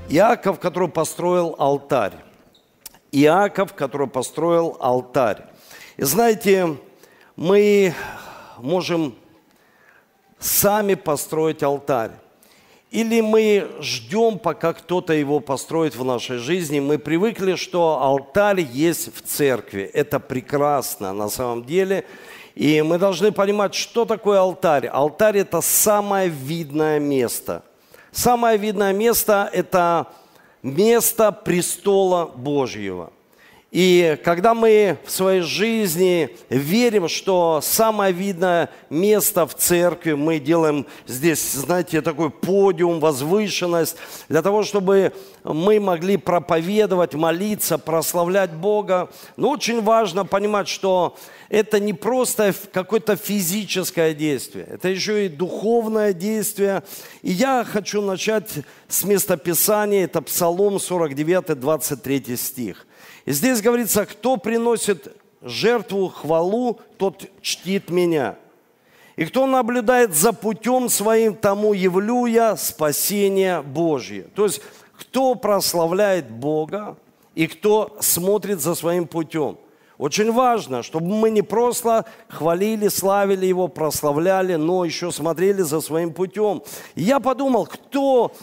Иаков, который построил алтарь. Иаков, который построил алтарь. И знаете, мы можем сами построить алтарь. Или мы ждем, пока кто-то его построит в нашей жизни. Мы привыкли, что алтарь есть в церкви. Это прекрасно на самом деле. И мы должны понимать, что такое алтарь. Алтарь – это самое видное место. Самое видное место – это место престола Божьего. И когда мы в своей жизни верим, что самое видное место в церкви, мы делаем здесь, знаете, такой подиум, возвышенность, для того, чтобы мы могли проповедовать, молиться, прославлять Бога. Но очень важно понимать, что это не просто какое-то физическое действие, это еще и духовное действие. И я хочу начать с местописания, это Псалом 49, 23 стих. И здесь говорится, кто приносит жертву, хвалу, тот чтит меня. И кто наблюдает за путем своим, тому явлю я спасение Божье. То есть, кто прославляет Бога и кто смотрит за своим путем. Очень важно, чтобы мы не просто хвалили, славили Его, прославляли, но еще смотрели за своим путем. И я подумал, кто,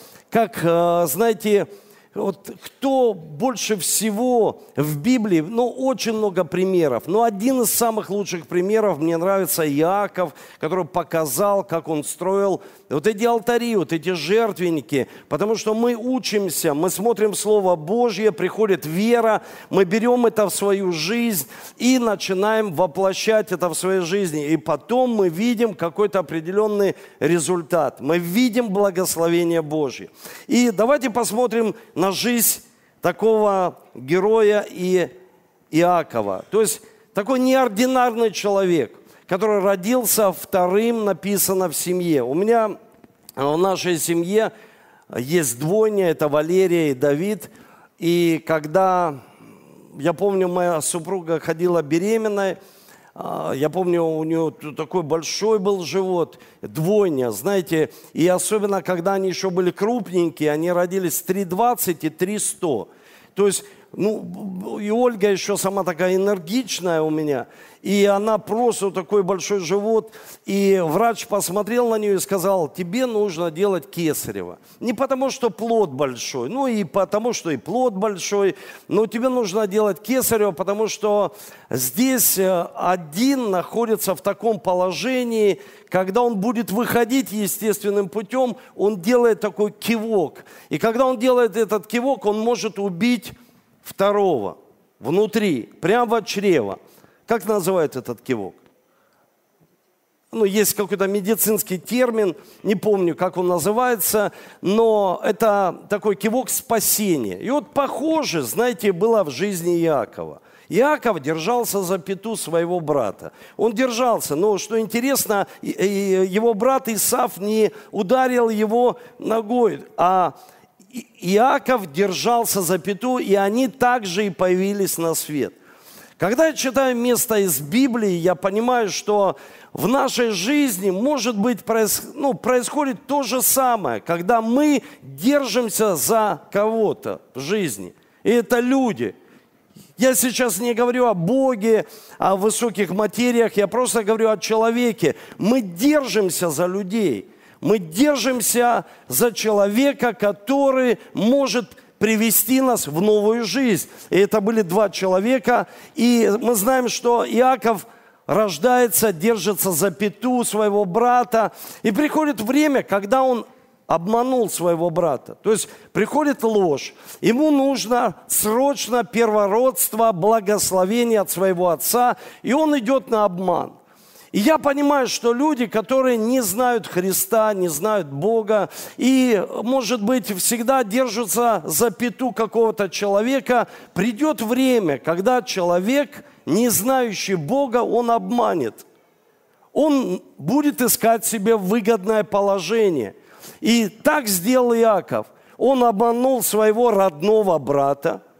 знаете, вот кто больше всего в Библии, очень много примеров, но один из самых лучших примеров мне нравится Иаков, который показал, как он строил вот эти алтари, вот эти жертвенники, потому что мы учимся, мы смотрим Слово Божье, приходит вера, мы берем это в свою жизнь и начинаем воплощать это в своей жизни, и потом мы видим какой-то определенный результат, мы видим благословение Божье. И давайте посмотрим на жизнь такого героя Иакова. То есть такой неординарный человек, который родился вторым, написано, в семье. У меня в нашей семье есть двойня, это Валерия и Давид. И когда, я помню, моя супруга ходила беременной, я помню, у нее такой большой был живот, двойня, знаете, и особенно, когда они еще были крупненькие, они родились 3,20 и 3,100. То есть, и Ольга еще сама такая энергичная у меня, и она просто такой большой живот, и врач посмотрел на нее и сказал, тебе нужно делать кесарево. Не потому, что плод большой, и потому, что и плод большой, но тебе нужно делать кесарево, потому что здесь один находится в таком положении, когда он будет выходить естественным путем, он делает такой кивок. И когда он делает этот кивок, он может убить второго внутри, прямо в чрево. Как называют этот кивок? Есть какой-то медицинский термин, не помню, как он называется, но это такой кивок спасения. И вот похоже, знаете, было в жизни Иакова. Иаков держался за пяту своего брата. Он держался, но что интересно, его брат Исав не ударил его ногой, а Иаков держался за пяту, и они также и появились на свет. Когда я читаю место из Библии, я понимаю, что в нашей жизни, может быть, происходит то же самое, когда мы держимся за кого-то в жизни. И это люди. Я сейчас не говорю о Боге, о высоких материях, я просто говорю о человеке. Мы держимся за людей. Мы держимся за человека, который может привести нас в новую жизнь. И это были два человека. И мы знаем, что Иаков рождается, держится за пяту своего брата. И приходит время, когда он обманул своего брата. То есть приходит ложь. Ему нужно срочно первородство, благословение от своего отца. И он идет на обман. И я понимаю, что люди, которые не знают Христа, не знают Бога, и, может быть, всегда держатся за пяту какого-то человека, придет время, когда человек, не знающий Бога, он обманет. Он будет искать себе выгодное положение. И так сделал Иаков. Он обманул своего родного брата,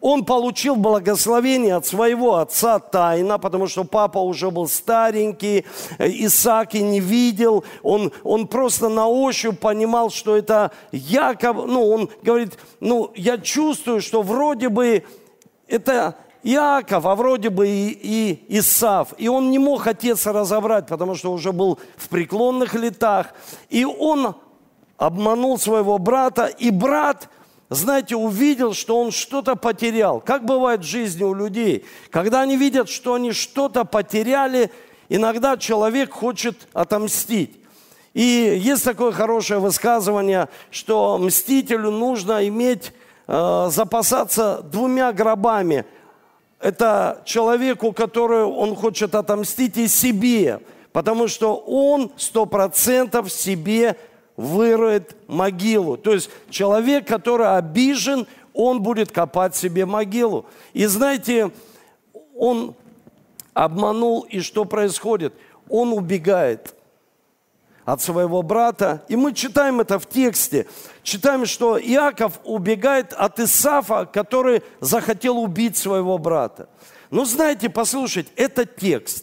Он получил благословение от своего отца тайно, потому что папа уже был старенький, Исаак и не видел. Он просто на ощупь понимал, что это Яков. Он говорит, я чувствую, что вроде бы это Иаков, а вроде бы и Исав. И он не мог отец разобрать, потому что уже был в преклонных летах. И он обманул своего брата, и брат, знаете, увидел, что он что-то потерял. Как бывает в жизни у людей, когда они видят, что они что-то потеряли, иногда человек хочет отомстить. И есть такое хорошее высказывание, что мстителю нужно запасаться 2 гробами. Это человеку, который он хочет отомстить, и себе, потому что он 100% себе выроет могилу. То есть человек, который обижен, он будет копать себе могилу. И знаете, он обманул, и что происходит? Он убегает от своего брата. И мы читаем это в тексте. Читаем, что Иаков убегает от Исава, который захотел убить своего брата. Но знаете, послушайте, это текст.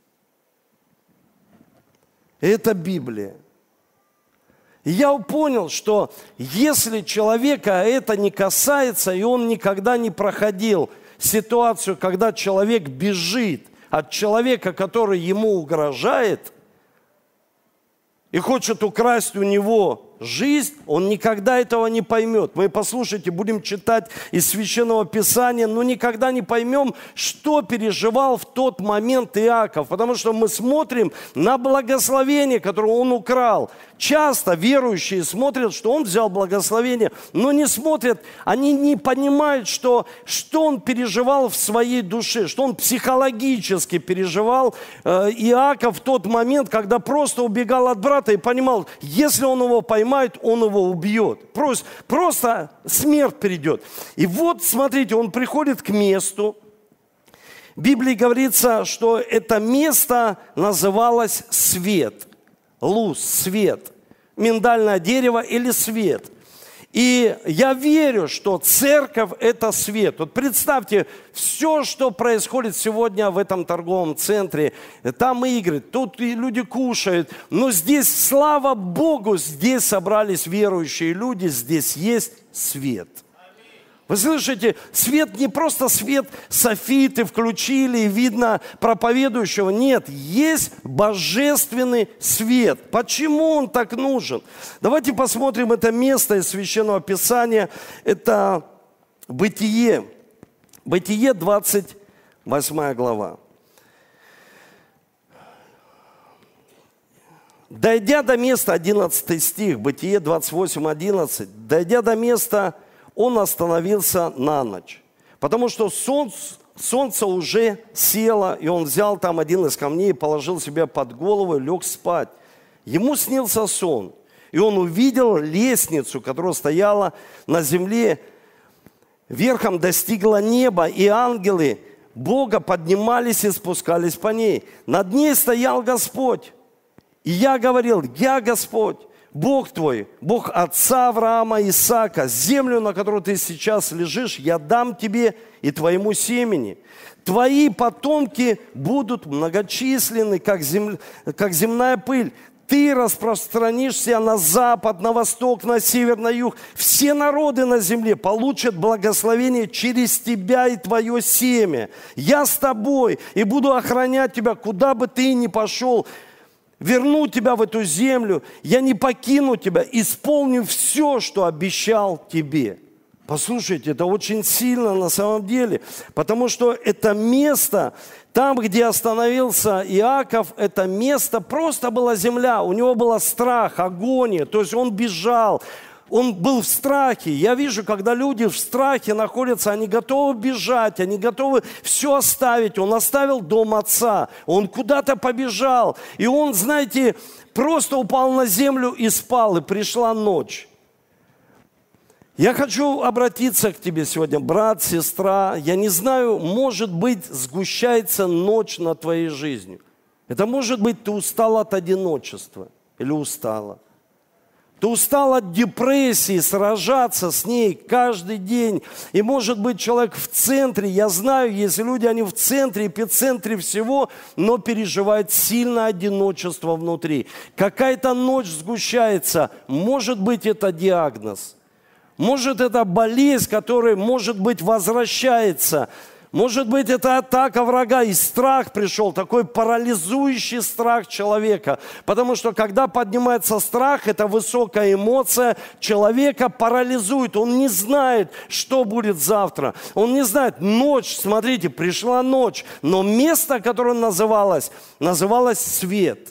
Это Библия. И я понял, что если человека это не касается, и он никогда не проходил ситуацию, когда человек бежит от человека, который ему угрожает, и хочет украсть у него жизнь, он никогда этого не поймет. Мы, послушайте, будем читать из Священного Писания, но никогда не поймем, что переживал в тот момент Иаков, потому что мы смотрим на благословение, которое он украл. Часто верующие смотрят, что он взял благословение, но не смотрят, они не понимают, что он переживал в своей душе, что он психологически переживал Иаков в тот момент, когда просто убегал от брата и понимал, если он его поймает, он его убьет. Просто смерть придет. И вот, смотрите, он приходит к месту. В Библии говорится, что это место называлось свет. Луз, свет. Миндальное дерево или свет. И я верю, что церковь – это свет. Вот представьте, все, что происходит сегодня в этом торговом центре, там игры, тут и люди кушают, но здесь, слава Богу, здесь собрались верующие люди, здесь есть свет. Вы слышите, свет не просто свет софиты включили и видно проповедующего. Нет, есть божественный свет. Почему он так нужен? Давайте посмотрим это место из Священного Писания. Это Бытие. Бытие, 28 глава. Дойдя до места, 11 стих, Бытие 28, 11. Дойдя до места, он остановился на ночь, потому что солнце уже село, и он взял там один из камней, положил себе под голову и лег спать. Ему снился сон, и он увидел лестницу, которая стояла на земле, верхом достигла неба, и ангелы Бога поднимались и спускались по ней. Над ней стоял Господь. И я говорил, я Господь, Бог твой, Бог отца Авраама и Исаака, землю, на которой ты сейчас лежишь, я дам тебе и твоему семени. Твои потомки будут многочисленны, как земная пыль. Ты распространишься на запад, на восток, на север, на юг. Все народы на земле получат благословение через тебя и твое семя. Я с тобой и буду охранять тебя, куда бы ты ни пошел. Верну тебя в эту землю, я не покину тебя, исполню все, что обещал тебе. Послушайте, это очень сильно на самом деле, потому что это место, там, где остановился Иаков, это место просто была земля, у него был страх, агония, то есть он бежал. Он был в страхе. Я вижу, когда люди в страхе находятся, они готовы бежать, они готовы все оставить. Он оставил дом отца, он куда-то побежал. И он, знаете, просто упал на землю и спал, и пришла ночь. Я хочу обратиться к тебе сегодня, брат, сестра. Я не знаю, может быть, сгущается ночь над твоей жизнью. Это может быть, ты устал от одиночества или устала. ты устал от депрессии, сражаться с ней каждый день. И может быть человек в центре, я знаю, есть люди, они в центре, эпицентре всего, но переживают сильное одиночество внутри. Какая-то ночь сгущается, может быть это диагноз. Может это болезнь, которая, может быть, возвращается. Может быть, это атака врага, и страх пришел, такой парализующий страх человека. Потому что, когда поднимается страх, это высокая эмоция, человека парализует. Он не знает, что будет завтра. Он не знает. Ночь, смотрите, пришла ночь. Но место, которое называлось свет.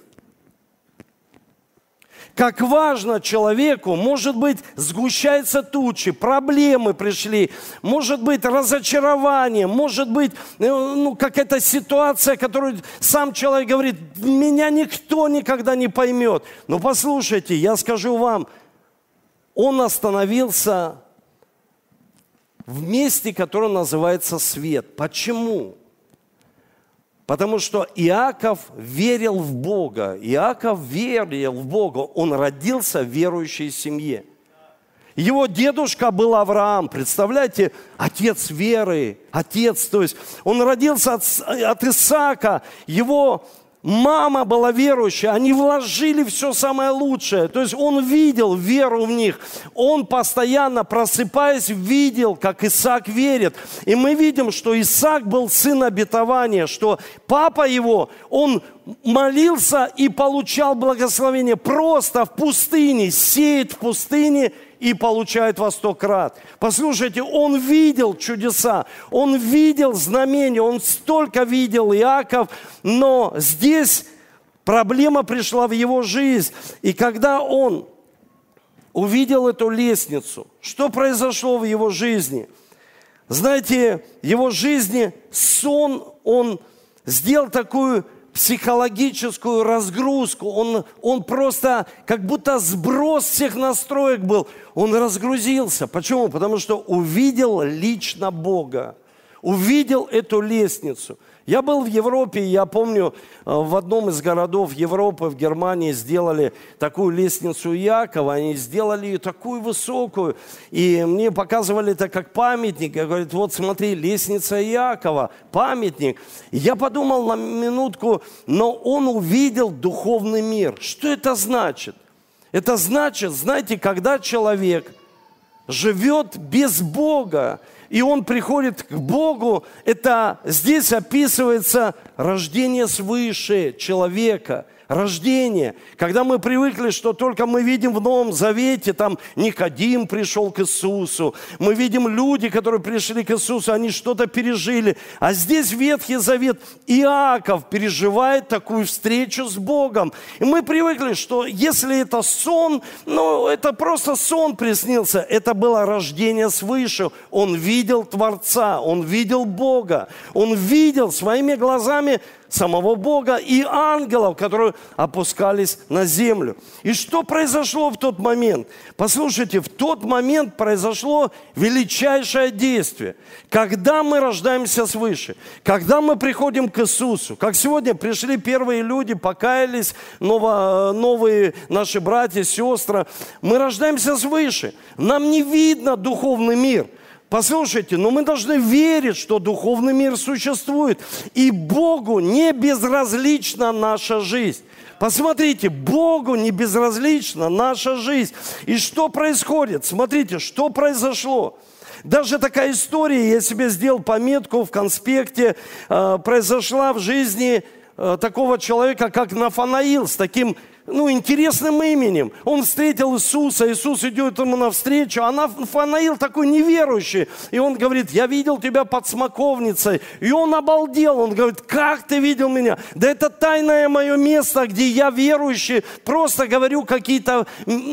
Как важно человеку, может быть, сгущаются тучи, проблемы пришли, может быть, разочарование, может быть, какая-то ситуация, которую сам человек говорит, меня никто никогда не поймет. Но послушайте, я скажу вам, он остановился в месте, которое называется свет. Почему? Потому что Иаков верил в Бога. Иаков верил в Бога. Он родился в верующей семье. Его дедушка был Авраам. Представляете, отец веры. Отец, то есть он родился от Исаака. Его мама была верующая. Они вложили все самое лучшее. То есть он видел веру в них. Он постоянно, просыпаясь, видел, как Исаак верит. И мы видим, что Исаак был сын обетования, что папа его, он молился и получал благословение просто в пустыне, сеет в пустыне и получает во 100 крат. Послушайте, он видел чудеса, он видел знамения, он столько видел Иаков, но здесь проблема пришла в его жизнь. И когда он увидел эту лестницу, что произошло в его жизни? Знаете, в его жизни сон, он сделал такую психологическую разгрузку. Он просто как будто сброс всех настроек был. Он разгрузился. Почему? Потому что увидел лично Бога. Увидел эту лестницу. Я был в Европе, я помню, в одном из городов Европы, в Германии, сделали такую лестницу Иакова, они сделали ее такую высокую, и мне показывали это как памятник. Я говорю, вот смотри, лестница Иакова, памятник. И я подумал на минутку, но он увидел духовный мир. Что это значит? Это значит, знаете, когда человек живет без Бога, и он приходит к Богу, это здесь описывается рождение свыше человека. Рождение. Когда мы привыкли, что только мы видим в Новом Завете, там Никодим пришел к Иисусу, мы видим люди, которые пришли к Иисусу, они что-то пережили. А здесь Ветхий Завет, Иаков переживает такую встречу с Богом. И мы привыкли, что если это сон, это просто сон приснился. Это было рождение свыше. Он видел Творца, он видел Бога, он видел своими глазами самого Бога и ангелов, которые опускались на землю. И что произошло в тот момент? Послушайте, в тот момент произошло величайшее действие. Когда мы рождаемся свыше, когда мы приходим к Иисусу, как сегодня пришли первые люди, покаялись, новые наши братья, сестры, мы рождаемся свыше. Нам не видно духовный мир. Послушайте, но мы должны верить, что духовный мир существует. И Богу не безразлична наша жизнь. Посмотрите, Богу не безразлична наша жизнь. И что происходит? Смотрите, что произошло. Даже такая история, я себе сделал пометку в конспекте, произошла в жизни такого человека, как Нафанаил, с таким интересным именем. Он встретил Иисуса, Иисус идет ему навстречу, а Нафанаил такой неверующий. И он говорит, я видел тебя под смоковницей. И он обалдел, он говорит, как ты видел меня? Да это тайное мое место, где я верующий, просто говорю какие-то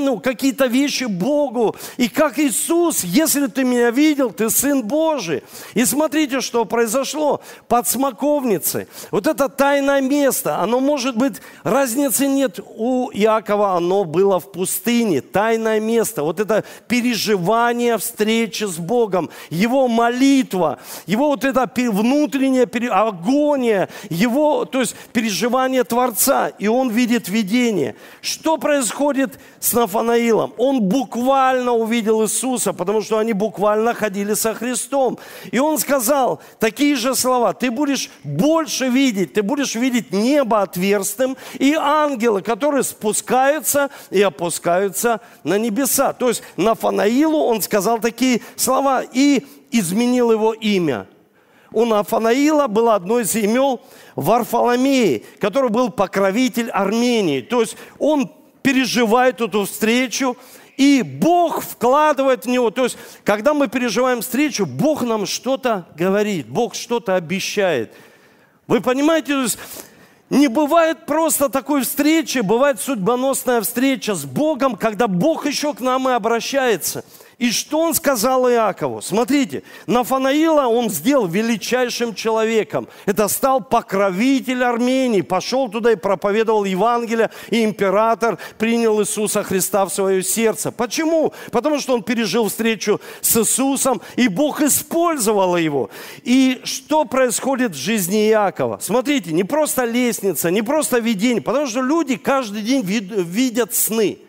вещи Богу. И как Иисус, если ты меня видел, ты Сын Божий. И смотрите, что произошло под смоковницей. Вот это тайное место, оно может быть, разницы нет. у Иакова оно было в пустыне, тайное место. Вот это переживание встречи с Богом, его молитва, его вот это внутренняя агония, его, то есть переживание Творца. И он видит видение. Что происходит с Нафанаилом? Он буквально увидел Иисуса, потому что они буквально ходили со Христом. И он сказал такие же слова: ты будешь больше видеть, ты будешь видеть небо отверстым и ангелы, которые спускаются и опускаются на небеса. То есть Нафанаилу он сказал такие слова и изменил его имя. У Нафанаила было одно из имен Варфоломей, который был покровитель Армении. То есть он переживает эту встречу, и Бог вкладывает в него. То есть, когда мы переживаем встречу, Бог нам что-то говорит, Бог что-то обещает. Вы понимаете, то есть, не бывает просто такой встречи, бывает судьбоносная встреча с Богом, когда Бог еще к нам и обращается. И что он сказал Иакову? Смотрите, Нафанаила он сделал величайшим человеком. Это стал покровитель Армении. Пошел туда и проповедовал Евангелие, и император принял Иисуса Христа в свое сердце. Почему? Потому что он пережил встречу с Иисусом, и Бог использовал его. И что происходит в жизни Иакова? Смотрите, не просто лестница, не просто видение, потому что люди каждый день видят сны.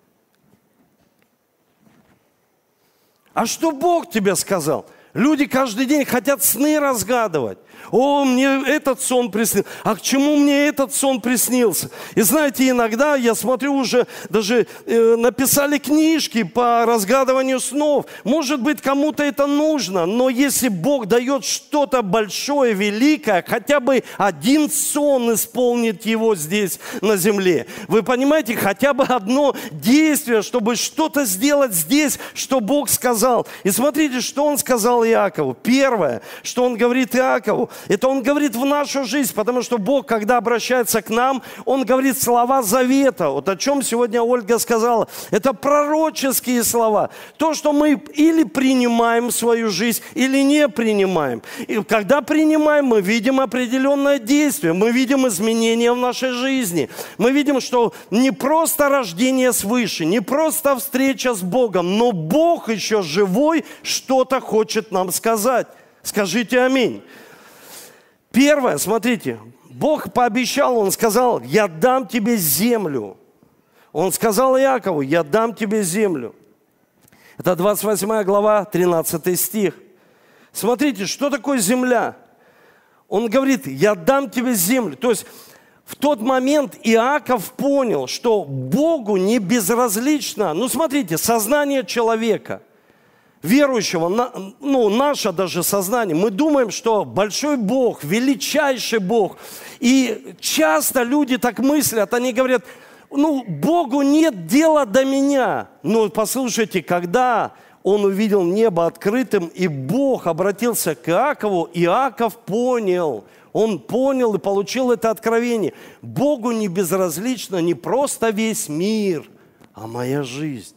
А что Бог тебе сказал? Люди каждый день хотят сны разгадывать. О, мне этот сон приснился. А к чему мне этот сон приснился? И знаете, иногда я смотрю, уже даже написали книжки по разгадыванию снов. Может быть, кому-то это нужно, но если Бог дает что-то большое, великое, хотя бы один сон исполнит его здесь на земле. Вы понимаете, хотя бы одно действие, чтобы что-то сделать здесь, что Бог сказал. И смотрите, что он сказал Иакову. Первое, что он говорит Иакову, это он говорит в нашу жизнь, потому что Бог, когда обращается к нам, Он говорит слова завета. Вот о чем сегодня Ольга сказала. Это пророческие слова. То, что мы или принимаем в свою жизнь, или не принимаем. И когда принимаем, мы видим определенное действие, мы видим изменения в нашей жизни. Мы видим, что не просто рождение свыше, не просто встреча с Богом, но Бог еще живой, что-то хочет нам сказать. Скажите аминь. Первое, смотрите, Бог пообещал, Он сказал: я дам тебе землю. Он сказал Иакову: я дам тебе землю. Это 28 глава, 13 стих. Смотрите, что такое земля? Он говорит: я дам тебе землю. То есть в тот момент Иаков понял, что Богу не безразлично, смотрите, сознание человека, верующего, наше даже сознание, мы думаем, что большой Бог, величайший Бог. И часто люди так мыслят, они говорят: Богу нет дела до меня. Но послушайте, когда он увидел небо открытым, и Бог обратился к Иакову, Иаков понял, он понял и получил это откровение. Богу не безразлично не просто весь мир, а моя жизнь.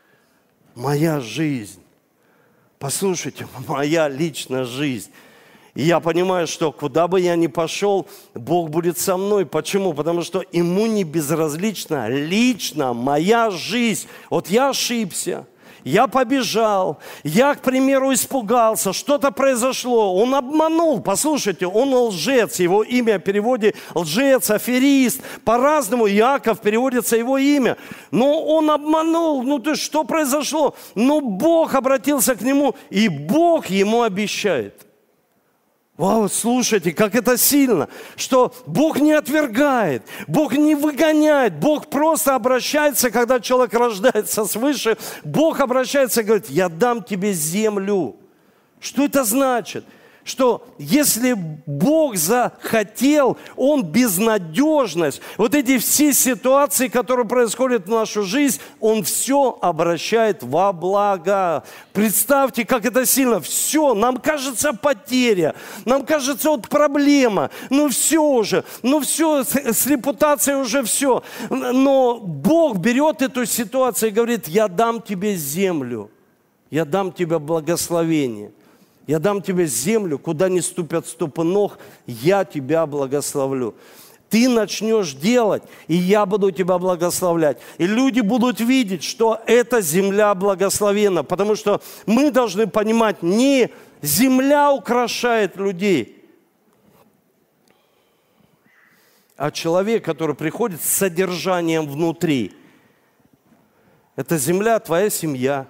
Моя жизнь. Послушайте, моя личная жизнь. И я понимаю, что куда бы я ни пошел, Бог будет со мной. Почему? Потому что Ему не безразлично лично моя жизнь. Вот я ошибся, я побежал, я, к примеру, испугался, что-то произошло, он обманул. Послушайте, он лжец, его имя в переводе лжец, аферист. По-разному Иаков переводится его имя. Но он обманул, что произошло? Но Бог обратился к нему, и Бог ему обещает. Вау, слушайте, как это сильно, что Бог не отвергает, Бог не выгоняет, Бог просто обращается, когда человек рождается свыше, Бог обращается и говорит: я дам тебе землю. Что это значит? Что если Бог захотел, Он безнадежность, вот эти все ситуации, которые происходят в нашу жизнь, Он все обращает во благо. Представьте, как это сильно. Все, нам кажется потеря, нам кажется проблема, все уже, все, с репутацией уже все. Но Бог берет эту ситуацию и говорит: я дам тебе землю, я дам тебе благословение. Я дам тебе землю, куда не ступят стопы ног, я тебя благословлю. Ты начнешь делать, и я буду тебя благословлять. И люди будут видеть, что эта земля благословенна. Потому что мы должны понимать, не земля украшает людей, а человек, который приходит с содержанием внутри. Эта земля – твоя семья.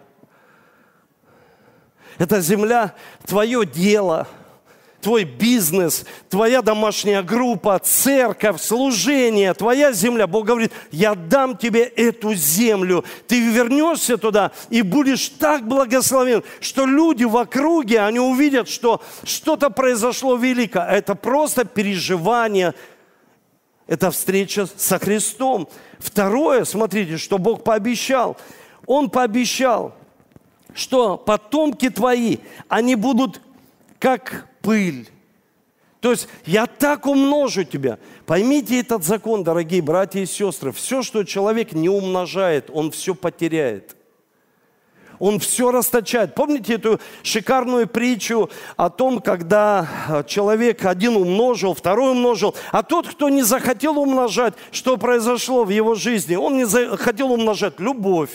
Эта земля – твое дело. Твой бизнес, твоя домашняя группа, церковь, служение, твоя земля. Бог говорит, я дам тебе эту землю. Ты вернешься туда и будешь так благословен, что люди в округе, они увидят, что что-то произошло великое. Это просто переживание, это встреча со Христом. Второе, смотрите, что Бог пообещал. Он пообещал, что потомки твои, они будут как пыль. То есть я так умножу тебя. Поймите этот закон, дорогие братья и сестры. Все, что человек не умножает, он все потеряет. Он все расточает. Помните эту шикарную притчу о том, когда человек один умножил, второй умножил, а тот, кто не захотел умножать, что произошло в его жизни? Он не захотел умножать любовь.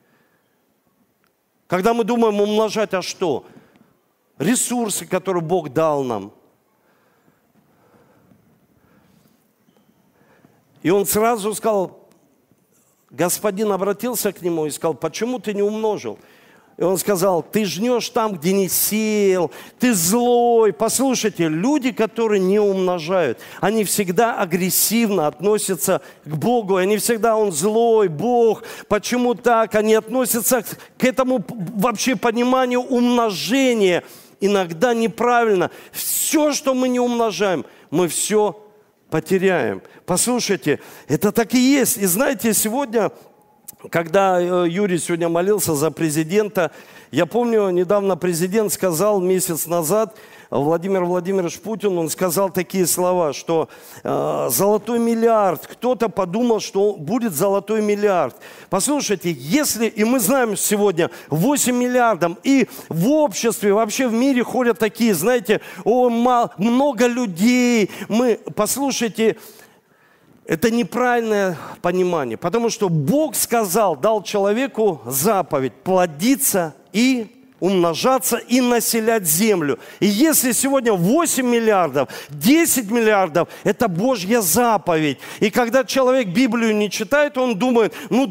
Когда мы думаем умножать, а что? Ресурсы, которые Бог дал нам. И он сразу сказал, господин обратился к нему и сказал, почему ты не умножил? И он сказал, ты жнешь там, где не сеял, ты злой. Послушайте, люди, которые не умножают, они всегда агрессивно относятся к Богу. Они всегда, он злой, Бог, почему так? Они относятся к этому вообще пониманию умножения. Иногда неправильно. Все, что мы не умножаем, мы все потеряем. Послушайте, это так и есть. И знаете, сегодня, когда Юрий сегодня молился за президента, я помню, недавно президент сказал месяц назад, Владимир Владимирович Путин, он сказал такие слова, что золотой миллиард, кто-то подумал, что будет золотой миллиард. Послушайте, если, и мы знаем сегодня 8 миллиардов, и в обществе, вообще в мире ходят такие, знаете, много людей, послушайте, это неправильное понимание, потому что Бог сказал, дал человеку заповедь плодиться и умножаться и населять землю. И если сегодня 8 миллиардов, 10 миллиардов, это Божья заповедь. И когда человек Библию не читает, он думает,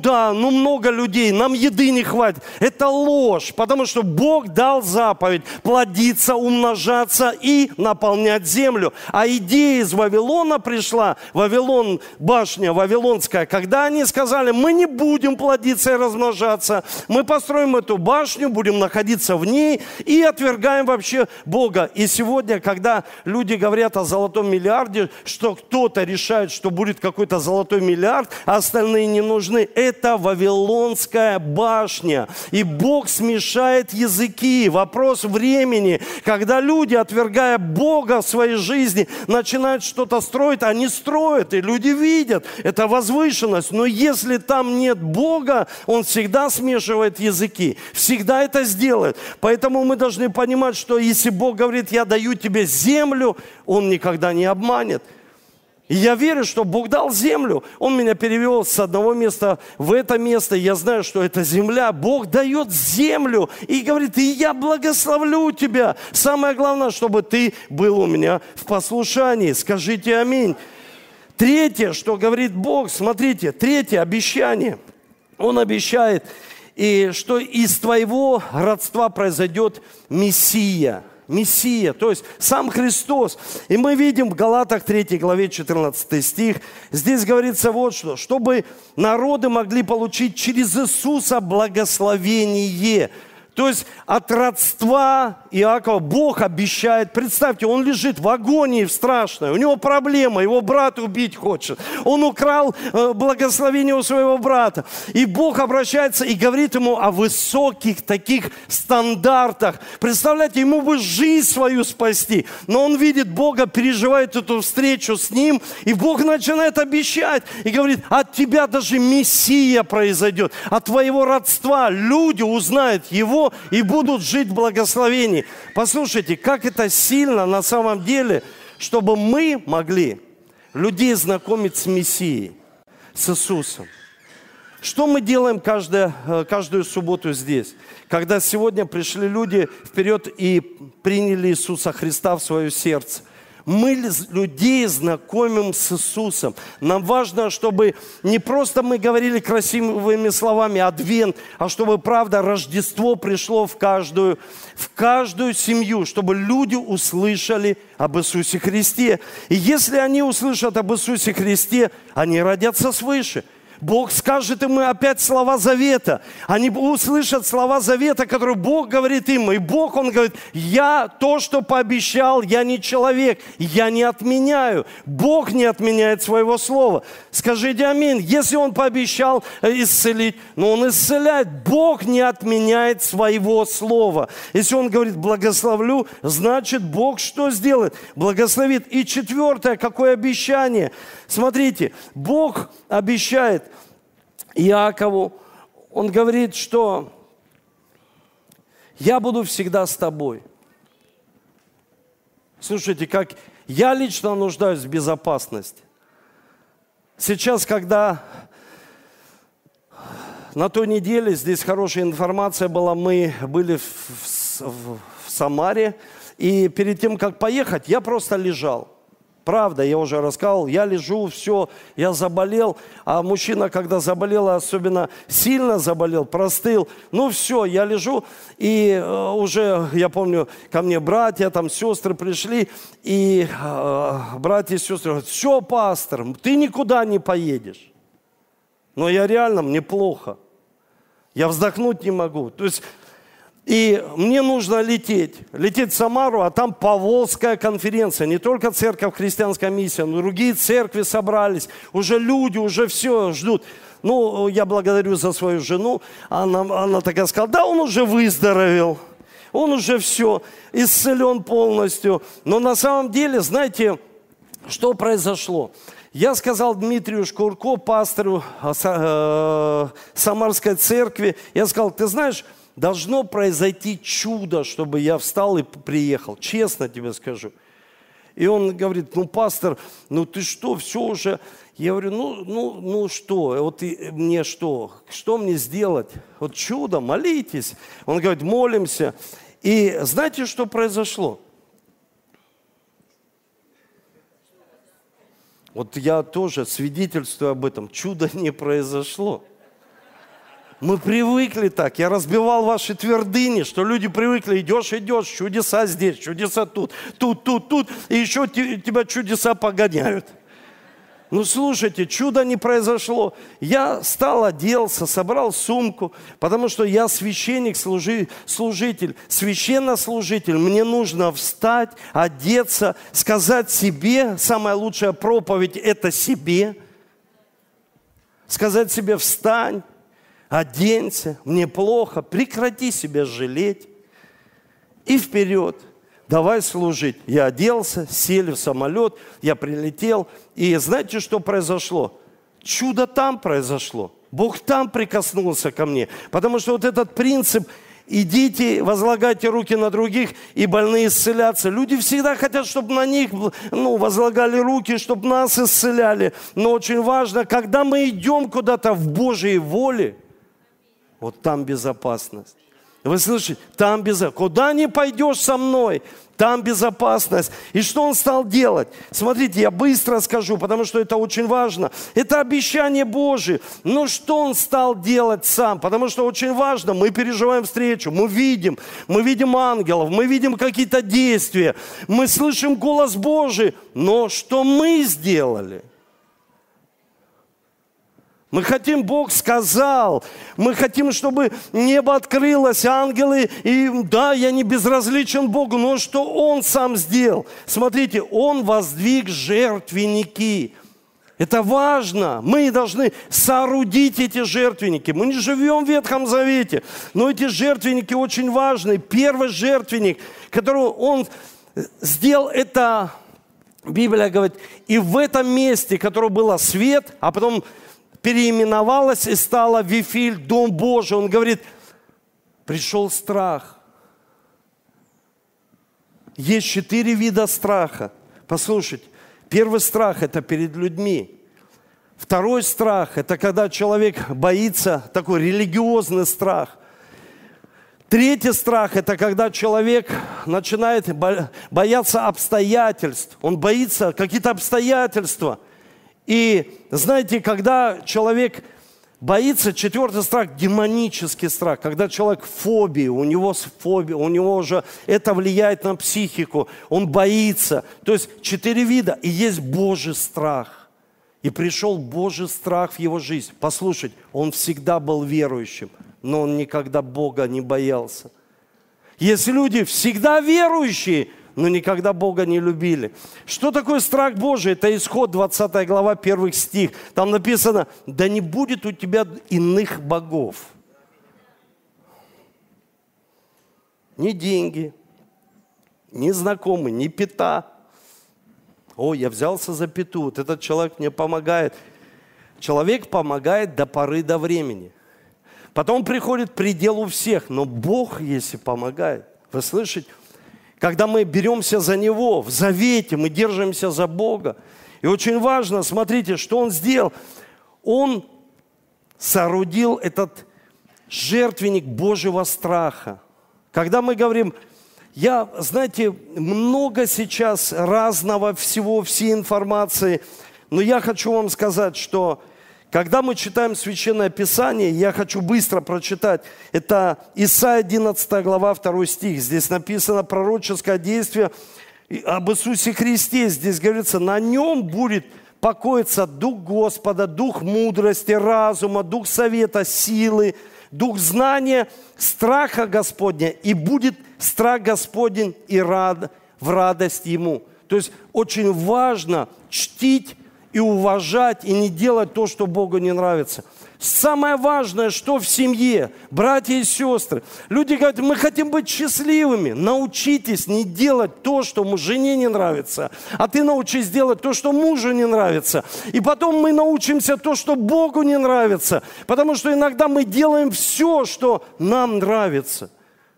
много людей, нам еды не хватит. Это ложь, потому что Бог дал заповедь плодиться, умножаться и наполнять землю. А идея из Вавилона пришла, Вавилон, башня вавилонская, когда они сказали, мы не будем плодиться и размножаться, мы построим эту башню, будем находиться в ней и отвергаем вообще Бога. И сегодня, когда люди говорят о золотом миллиарде, что кто-то решает, что будет какой-то золотой миллиард, а остальные не нужны, это Вавилонская башня. И Бог смешает языки. Вопрос времени, когда люди, отвергая Бога в своей жизни, начинают что-то строить, они строят, и люди видят, это возвышенность. Но если там нет Бога, Он всегда смешивает языки, всегда это сделает. Поэтому мы должны понимать, что если Бог говорит, я даю тебе землю, Он никогда не обманет. И я верю, что Бог дал землю. Он меня перевел с одного места в это место. Я знаю, что это земля. Бог дает землю и говорит, и я благословлю тебя. Самое главное, чтобы ты был у меня в послушании. Скажите аминь. Третье, что говорит Бог, смотрите, третье обещание. Он обещает, и что из твоего родства произойдет Мессия. Мессия, то есть сам Христос. И мы видим в Галатах 3 главе 14 стих, здесь говорится вот что, чтобы народы могли получить через Иисуса благословение. То есть от родства Иакова Бог обещает. Представьте, он лежит в агонии в страшной. У него проблема, его брат убить хочет. Он украл благословение у своего брата. И Бог обращается и говорит ему о высоких таких стандартах. Представляете, ему бы жизнь свою спасти. Но он видит Бога, переживает эту встречу с ним. И Бог начинает обещать. И говорит, от тебя даже Мессия произойдет. От твоего родства люди узнают его и будут жить в благословении. Послушайте, как это сильно на самом деле, чтобы мы могли людей знакомить с Мессией, с Иисусом. Что мы делаем каждую субботу здесь? Когда сегодня пришли люди вперед и приняли Иисуса Христа в свое сердце. Мы людей знакомим с Иисусом. Нам важно, чтобы не просто мы говорили красивыми словами «Адвент», а чтобы, правда, Рождество пришло в каждую семью, чтобы люди услышали об Иисусе Христе. И если они услышат об Иисусе Христе, они родятся свыше. Бог скажет им опять слова завета. Они услышат слова завета, которые Бог говорит им. И Бог, Он говорит, я то, что пообещал, я не человек, я не отменяю. Бог не отменяет своего слова. Скажите аминь. Если Он пообещал исцелить, но Он исцеляет. Бог не отменяет своего слова. Если Он говорит, благословлю, значит Бог что сделает? Благословит. И четвертое, какое обещание? Смотрите, Бог обещает Иакову, Он говорит, что я буду всегда с тобой. Слушайте, как я лично нуждаюсь в безопасности. Сейчас, когда на той неделе, здесь хорошая информация была, мы были в Самаре, и перед тем, как поехать, я просто лежал. Правда, я уже рассказывал, я лежу, все, я заболел, а мужчина, когда заболел, особенно сильно заболел, простыл, ну все, я лежу, и уже, я помню, ко мне братья, там сестры пришли, и братья и сестры говорят, все, пастор, ты никуда не поедешь. Но я реально, мне плохо, я вздохнуть не могу, то есть... И мне нужно лететь в Самару, а там Поволжская конференция. Не только церковь «Христианская миссия», но другие церкви собрались. Уже люди, уже все ждут. Ну, я благодарю за свою жену. Она такая сказала, да, он уже выздоровел. Он уже все, исцелен полностью. Но на самом деле, знаете, что произошло? Я сказал Дмитрию Шкурко, пастору Самарской церкви, я сказал, ты знаешь, должно произойти чудо, чтобы я встал и приехал. Честно тебе скажу. И он говорит, ну, пастор, ну ты что, все уже... Я говорю, ну что, вот мне что мне сделать? Вот чудо, молитесь. Он говорит, молимся. И знаете, что произошло? Вот я тоже свидетельствую об этом. Чудо не произошло. Мы привыкли так. Я разбивал ваши твердыни, что люди привыкли. Идешь, чудеса здесь, чудеса тут. И еще тебя чудеса погоняют. Ну, слушайте, чудо не произошло. Я встал, оделся, собрал сумку, потому что я священник, служитель, священнослужитель. Мне нужно встать, одеться, сказать себе, самая лучшая проповедь – это себе. Сказать себе, встань. Оденься, мне плохо, прекрати себя жалеть и вперед, давай служить. Я оделся, сели в самолет, я прилетел, и знаете, что произошло? Чудо там произошло, Бог там прикоснулся ко мне, потому что вот этот принцип идите, возлагайте руки на других, и больные исцелятся. Люди всегда хотят, чтобы на них возлагали руки, чтобы нас исцеляли, но очень важно, когда мы идем куда-то в Божьей воле, вот там безопасность. Вы слышите? Там безопасность. Куда не пойдешь со мной, там безопасность. И что он стал делать? Смотрите, я быстро скажу, потому что это очень важно. Это обещание Божие. Но что он стал делать сам? Потому что очень важно, мы переживаем встречу, мы видим ангелов, мы видим какие-то действия, мы слышим голос Божий. Но что мы сделали? Мы хотим, Бог сказал, мы хотим, чтобы небо открылось, ангелы, и да, я не безразличен Богу, но что Он сам сделал? Смотрите, Он воздвиг жертвенники. Это важно. Мы должны соорудить эти жертвенники. Мы не живем в Ветхом Завете, но эти жертвенники очень важны. Первый жертвенник, который Он сделал, это, Библия говорит, и в этом месте, которое было свет, а потом переименовалась и стала Вифиль, Дом Божий. Он говорит, пришел страх. Есть 4 вида страха. Послушайте, Первый страх – это перед людьми. Второй страх – это когда человек боится, такой религиозный страх. Третий страх – это когда человек начинает бояться обстоятельств. Он боится каких-то обстоятельства. И знаете, когда человек боится, четвертый страх – демонический страх. Когда человек в фобии, у него уже это влияет на психику. Он боится. То есть 4 вида. И есть Божий страх. И пришел Божий страх в его жизнь. Послушайте, он всегда был верующим, но он никогда Бога не боялся. Есть люди всегда верующие, но никогда Бога не любили. Что такое страх Божий? Это Исход, 20 глава, 1 стих. Там написано: «Да не будет у тебя иных богов». Ни деньги, ни знакомые, ни пита. О, я взялся за пету, вот этот человек мне помогает. Человек помогает до поры до времени. Потом приходит предел у всех, но Бог, если помогает, вы слышите? Когда мы беремся за Него, в завете, мы держимся за Бога. И очень важно, смотрите, что Он сделал. Он соорудил этот жертвенник Божьего страха. Когда мы говорим... знаете, много сейчас разного всего, всей информации, но я хочу вам сказать, что когда мы читаем Священное Писание, я хочу быстро прочитать, это Исайя 11 глава 2 стих, здесь написано пророческое действие об Иисусе Христе, здесь говорится: на нем будет покоиться Дух Господа, Дух мудрости, разума, Дух совета, силы, Дух знания, страха Господня, и будет страх Господень и в радость Ему. То есть очень важно чтить и уважать, и не делать то, что Богу не нравится. Самое важное, что в семье, братья и сестры, люди говорят: мы хотим быть счастливыми. Научитесь не делать то, что жене не нравится, а ты научись делать то, что мужу не нравится. И потом мы научимся то, что Богу не нравится, потому что иногда мы делаем все, что нам нравится.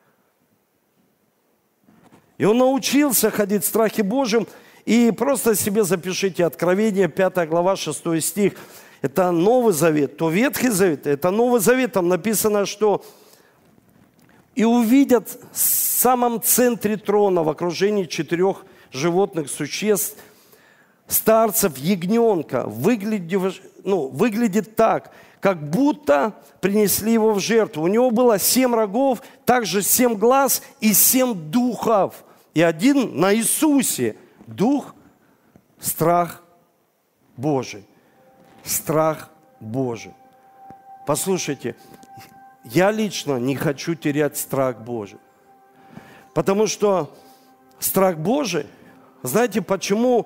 И он научился ходить в страхе Божьем. И просто себе запишите Откровение, 5 глава, 6 стих. Это Новый Завет, то Ветхий Завет, это Новый Завет. Там написано, что «И увидят в самом центре трона, в окружении 4 животных существ, старцев, ягненка, выглядит так, как будто принесли его в жертву. У него было 7 рогов, также 7 глаз и 7 духов. И один на Иисусе. Дух, страх Божий. Страх Божий. Послушайте, я лично не хочу терять страх Божий. Потому что страх Божий, знаете, почему,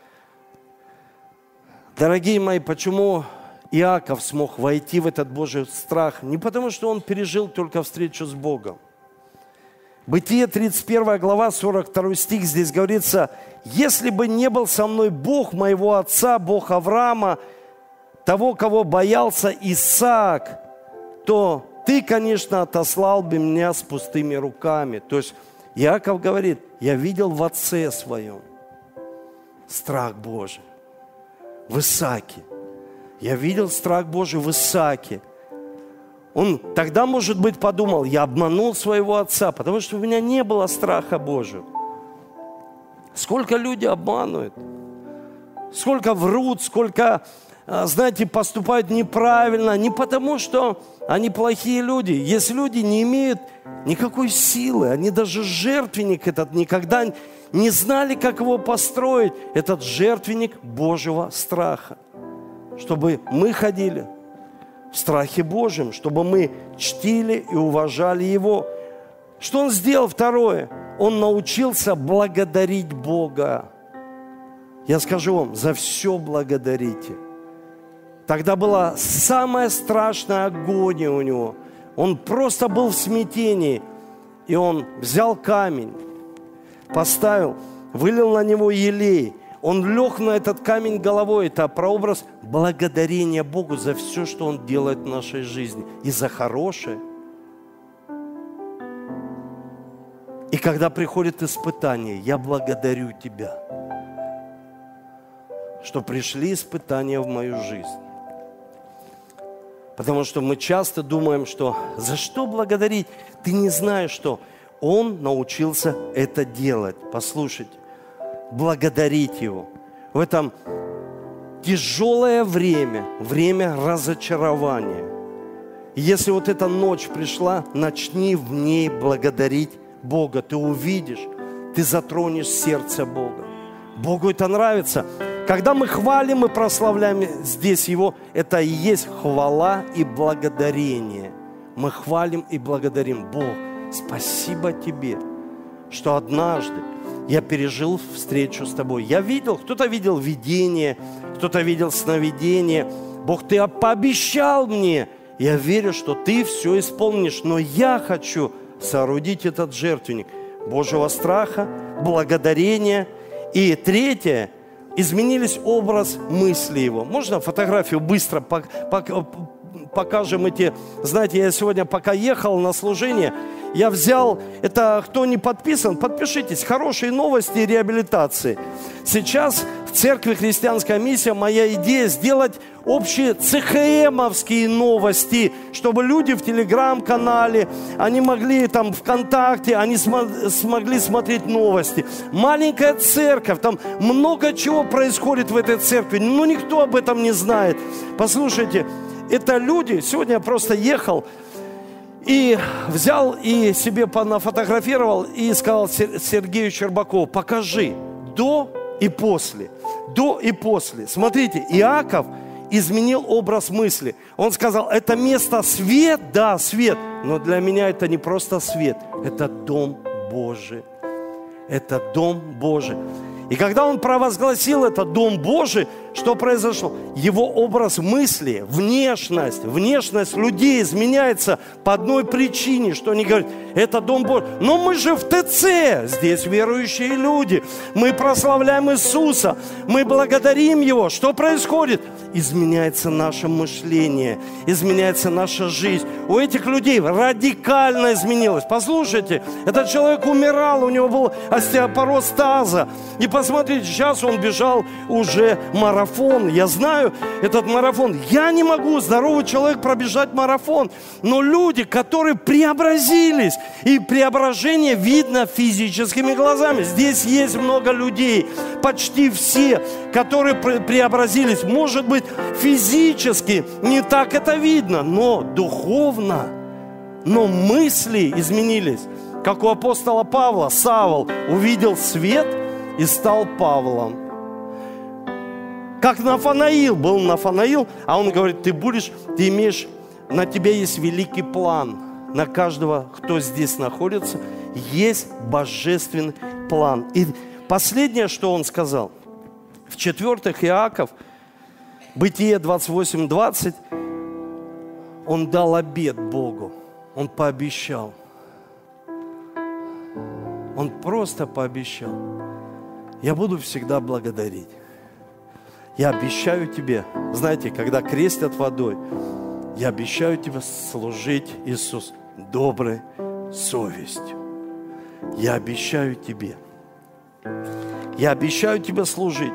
дорогие мои, почему Иаков смог войти в этот Божий страх? Не потому, что он пережил только встречу с Богом. Бытие 31 глава, 42 стих, здесь говорится: «Если бы не был со мной Бог моего отца, Бог Авраама, того, кого боялся Исаак, то ты, конечно, отослал бы меня с пустыми руками». То есть Иаков говорит: я видел в отце своем страх Божий, в Исааке. Я видел страх Божий в Исааке. Он тогда, может быть, подумал: я обманул своего отца, потому что у меня не было страха Божьего. Сколько люди обманывают, сколько врут, сколько, знаете, поступают неправильно. Не потому, что они плохие люди. Есть люди, не имеют никакой силы. Они даже жертвенник этот никогда не знали, как его построить. Этот жертвенник Божьего страха. Чтобы мы ходили в страхе Божьем, чтобы мы чтили и уважали Его. Что Он сделал? Второе. Он научился благодарить Бога. Я скажу вам: за все благодарите. Тогда была самая страшная агония у него. Он просто был в смятении. И он взял камень, поставил, вылил на него елей. Он лег на этот камень головой. Это прообраз благодарения Богу за все, что Он делает в нашей жизни. И за хорошее. И когда приходит испытание: я благодарю Тебя. что пришли испытания в мою жизнь. Потому что мы часто думаем, что за что благодарить? Ты не знаешь, что Он научился это делать. Послушайте, благодарить Его. В этом тяжелое время, время разочарования. И если вот эта ночь пришла, начни в ней благодарить Бога. Ты увидишь, ты затронешь сердце Бога. Богу это нравится. Когда мы хвалим и прославляем здесь Его, это и есть хвала и благодарение. Мы хвалим и благодарим. Бог, спасибо Тебе, что однажды я пережил встречу с Тобой. Я видел, кто-то видел видение, кто-то видел сновидение. Бог, Ты пообещал мне. Я верю, что Ты все исполнишь, но я хочу соорудить этот жертвенник Божьего страха, благодарения. И третье, изменились образ мысли Его. Можно фотографию быстро покажем эти? Знаете, я сегодня, пока ехал на служение, я взял, это кто не подписан, подпишитесь, хорошие новости и реабилитации. Сейчас в церкви «Христианская миссия» моя идея сделать общие ЦХМовские новости, чтобы люди в телеграм-канале, они могли там ВКонтакте, они смогли смотреть новости. Маленькая церковь, там много чего происходит в этой церкви, но никто об этом не знает. Послушайте, это люди, сегодня я просто ехал, и взял и себе нафотографировал и сказал Сергею Щербакову: покажи до и после. До и после. Смотрите, Иаков изменил образ мысли. Он сказал: это место свет, да, свет, но для меня это не просто свет, это дом Божий. Это дом Божий. И когда он провозгласил это дом Божий, что произошло? Его образ мысли, внешность людей изменяется по одной причине, что они говорят: это дом Божий. Но мы же в ТЦ, здесь верующие люди, мы прославляем Иисуса, мы благодарим Его. Что происходит? Изменяется наше мышление, изменяется наша жизнь. У этих людей радикально изменилось. Послушайте, этот человек умирал, у него был остеопороз таза. И посмотрите, сейчас он бежал уже марафон. Я знаю этот марафон. Я не могу, здоровый человек, пробежать марафон. Но люди, которые преобразились, и преображение видно физическими глазами. Здесь есть много людей, почти все, которые преобразились. Может быть, физически не так это видно, но духовно, но мысли изменились. Как у апостола Павла, Савл увидел свет и стал Павлом. Как Нафанаил, был Нафанаил, а он говорит: ты имеешь, на тебя есть великий план. На каждого, кто здесь находится, есть божественный план. И последнее, что он сказал, в-четвертых, Иаков, Бытие 28:20, он дал обет Богу, он пообещал. Он просто пообещал: я буду всегда благодарить. Я обещаю тебе, знаете, когда крестят водой, я обещаю тебе служить, Иисус, доброй совестью. Я обещаю тебе. Я обещаю тебе служить.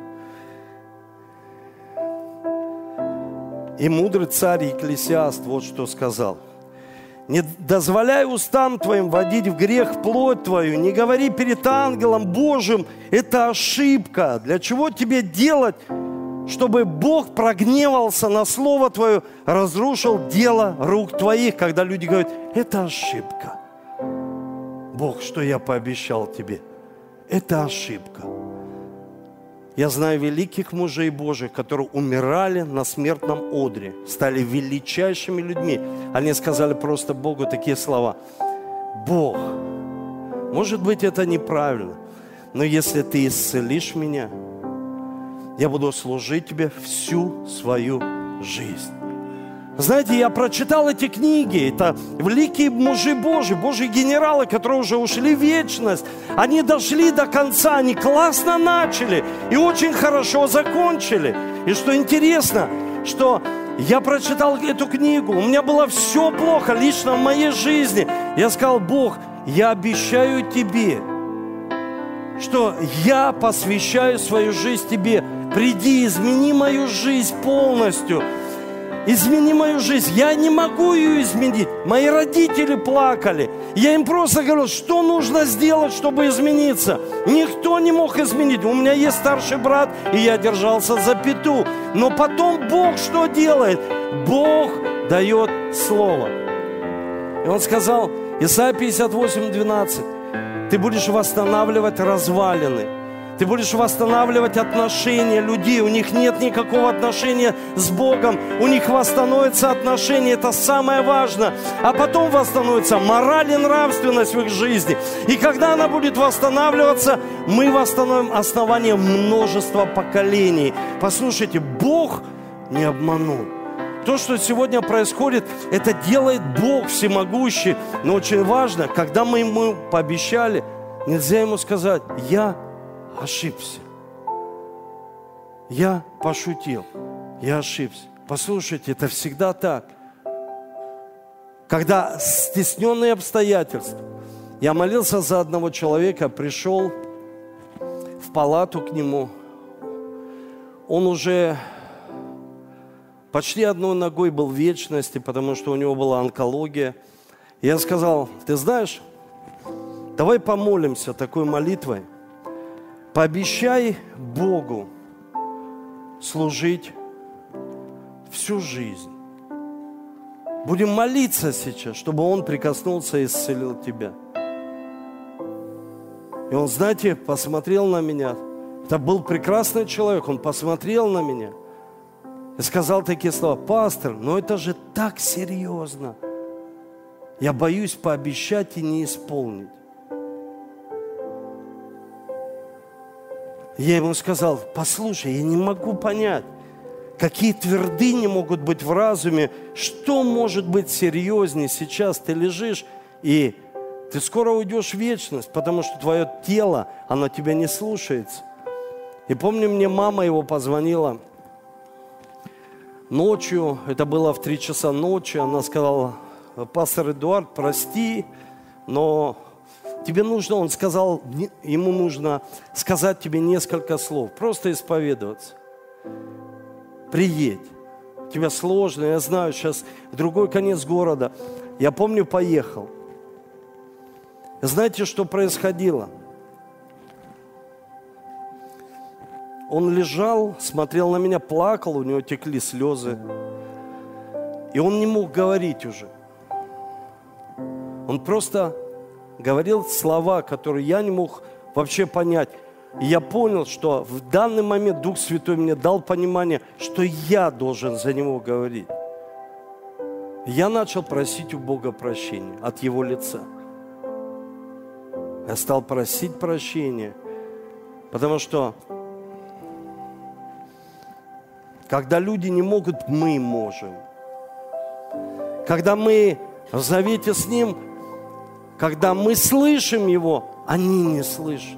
И мудрый царь Екклесиаст вот что сказал: не дозволяй устам твоим водить в грех плоть твою, не говори перед ангелом Божьим, это ошибка. Для чего тебе делать, чтобы Бог прогневался на слово твое, разрушил дело рук твоих? Когда люди говорят: это ошибка. Бог, что я пообещал тебе? Это ошибка. Я знаю великих мужей Божьих, которые умирали на смертном одре, стали величайшими людьми. Они сказали просто Богу такие слова: Бог, может быть, это неправильно, но если ты исцелишь меня, я буду служить тебе всю свою жизнь. Знаете, я прочитал эти книги, это великие мужи Божьи, Божьи генералы, которые уже ушли в вечность. Они дошли до конца, они классно начали и очень хорошо закончили. И что интересно, что я прочитал эту книгу, у меня было все плохо лично в моей жизни. Я сказал: Бог, я обещаю тебе, что я посвящаю свою жизнь тебе приди, измени мою жизнь полностью. Измени мою жизнь. Я не могу ее изменить. Мои родители плакали. Я им просто говорил, что нужно сделать, чтобы измениться. Никто не мог изменить. У меня есть старший брат, и я держался за пяту. Но потом Бог что делает? Бог дает слово. И Он сказал, Исайя 58:12, ты будешь восстанавливать развалины. Ты будешь восстанавливать отношения людей. У них нет никакого отношения с Богом. У них восстановятся отношения. Это самое важное. А потом восстановится мораль и нравственность в их жизни. И когда она будет восстанавливаться, мы восстановим основание множества поколений. Послушайте, Бог не обманул. То, что сегодня происходит, это делает Бог всемогущий. Но очень важно, когда мы Ему пообещали, нельзя Ему сказать, я ошибся. Я пошутил. Я ошибся. Послушайте, это всегда так. Когда стесненные обстоятельства. Я молился за одного человека, пришел в палату к нему. Он уже почти одной ногой был в вечности, потому что у него была онкология. Я сказал, ты знаешь, давай помолимся такой молитвой. Пообещай Богу служить всю жизнь. Будем молиться сейчас, чтобы Он прикоснулся и исцелил тебя. И он, знаете, посмотрел на меня. Это был прекрасный человек. Он посмотрел на меня и сказал такие слова: пастор, но это же так серьезно. Я боюсь пообещать и не исполнить. Я ему сказал: послушай, я не могу понять, какие твердыни могут быть в разуме, что может быть серьезнее сейчас. Ты лежишь, и ты скоро уйдешь в вечность, потому что твое тело, оно тебя не слушается. И помню, мне мама его позвонила ночью, это было в 3 часа ночи, она сказала: пастор Эдуард, прости, но тебе нужно, он сказал, ему нужно сказать тебе несколько слов, просто исповедоваться. Приедь. Тебе сложно, я знаю, сейчас в другой конец города. Я помню, поехал. Знаете, что происходило? Он лежал, смотрел на меня, плакал, у него текли слезы. И он не мог говорить уже. Он просто говорил слова, которые я не мог вообще понять. И я понял, что в данный момент Дух Святой мне дал понимание, что я должен за него говорить. Я начал просить у Бога прощения от Его лица. Я стал просить прощения, потому что когда люди не могут, мы можем. Когда мы в завете с Ним, когда мы слышим Его, они не слышат.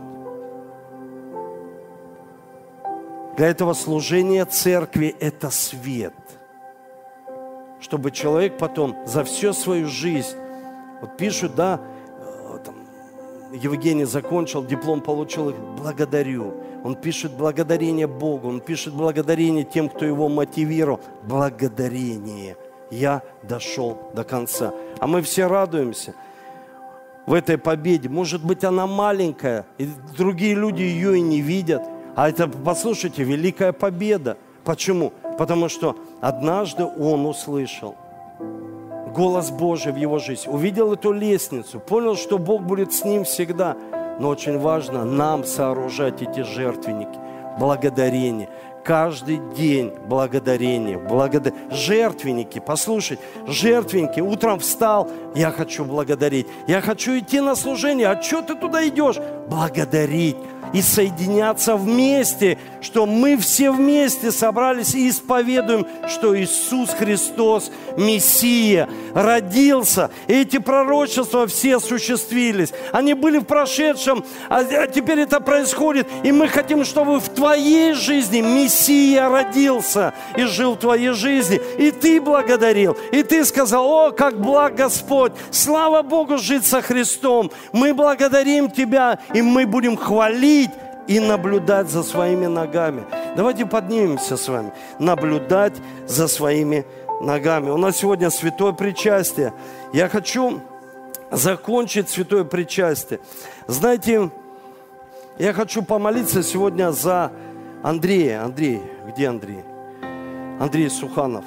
Для этого служение церкви – это свет. Чтобы человек потом за всю свою жизнь, вот пишут, да, там, Евгений закончил, диплом получил, благодарю. Он пишет благодарение Богу, он пишет благодарение тем, кто его мотивировал. Благодарение. Я дошел до конца. А мы все радуемся в этой победе. Может быть, она маленькая, и другие люди ее и не видят. А это, послушайте, великая победа. Почему? Потому что однажды он услышал голос Божий в его жизни, увидел эту лестницу, понял, что Бог будет с ним всегда. Но очень важно нам сооружать эти жертвенники, благодарение. Каждый день благодарение, жертвенники, послушай, жертвенники, утром встал, я хочу благодарить, я хочу идти на служение, а что ты туда идешь? Благодарить и соединяться вместе, что мы все вместе собрались и исповедуем, что Иисус Христос, Мессия, родился. И эти пророчества все осуществились. Они были в прошедшем, а теперь это происходит. И мы хотим, чтобы в твоей жизни Мессия родился и жил в твоей жизни. И ты благодарил, и ты сказал: о, как благ Господь, слава Богу жить со Христом. Мы благодарим Тебя, и мы будем хвалить и наблюдать за своими ногами. Давайте поднимемся с вами. Наблюдать за своими ногами. У нас сегодня святое причастие. Я хочу закончить святое причастие. Знаете, я хочу помолиться сегодня за Андрея. Андрей, где Андрей? Андрей Суханов.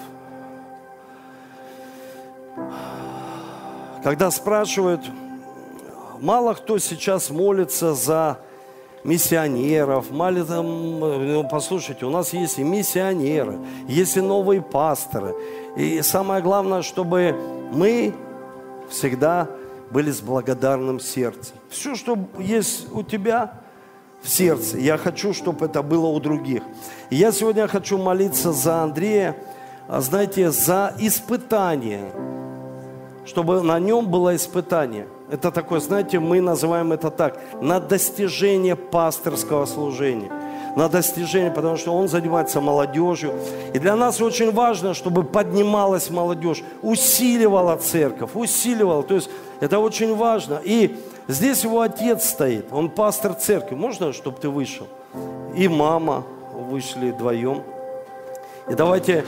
Когда спрашивают, мало кто сейчас молится за миссионеров, послушайте, у нас есть и миссионеры, есть и новые пасторы. И самое главное, чтобы мы всегда были с благодарным сердцем. Все, что есть у тебя в сердце, я хочу, чтобы это было у других. И я сегодня хочу молиться за Андрея, знаете, за испытание, чтобы на нем было испытание. Это такое, знаете, мы называем это так, на достижение пасторского служения. На достижение, потому что он занимается молодежью. И для нас очень важно, чтобы поднималась молодежь, усиливала церковь, усиливала. То есть это очень важно. И здесь его отец стоит, он пастор церкви. Можно, чтобы ты вышел? И мама вышли вдвоем. И давайте...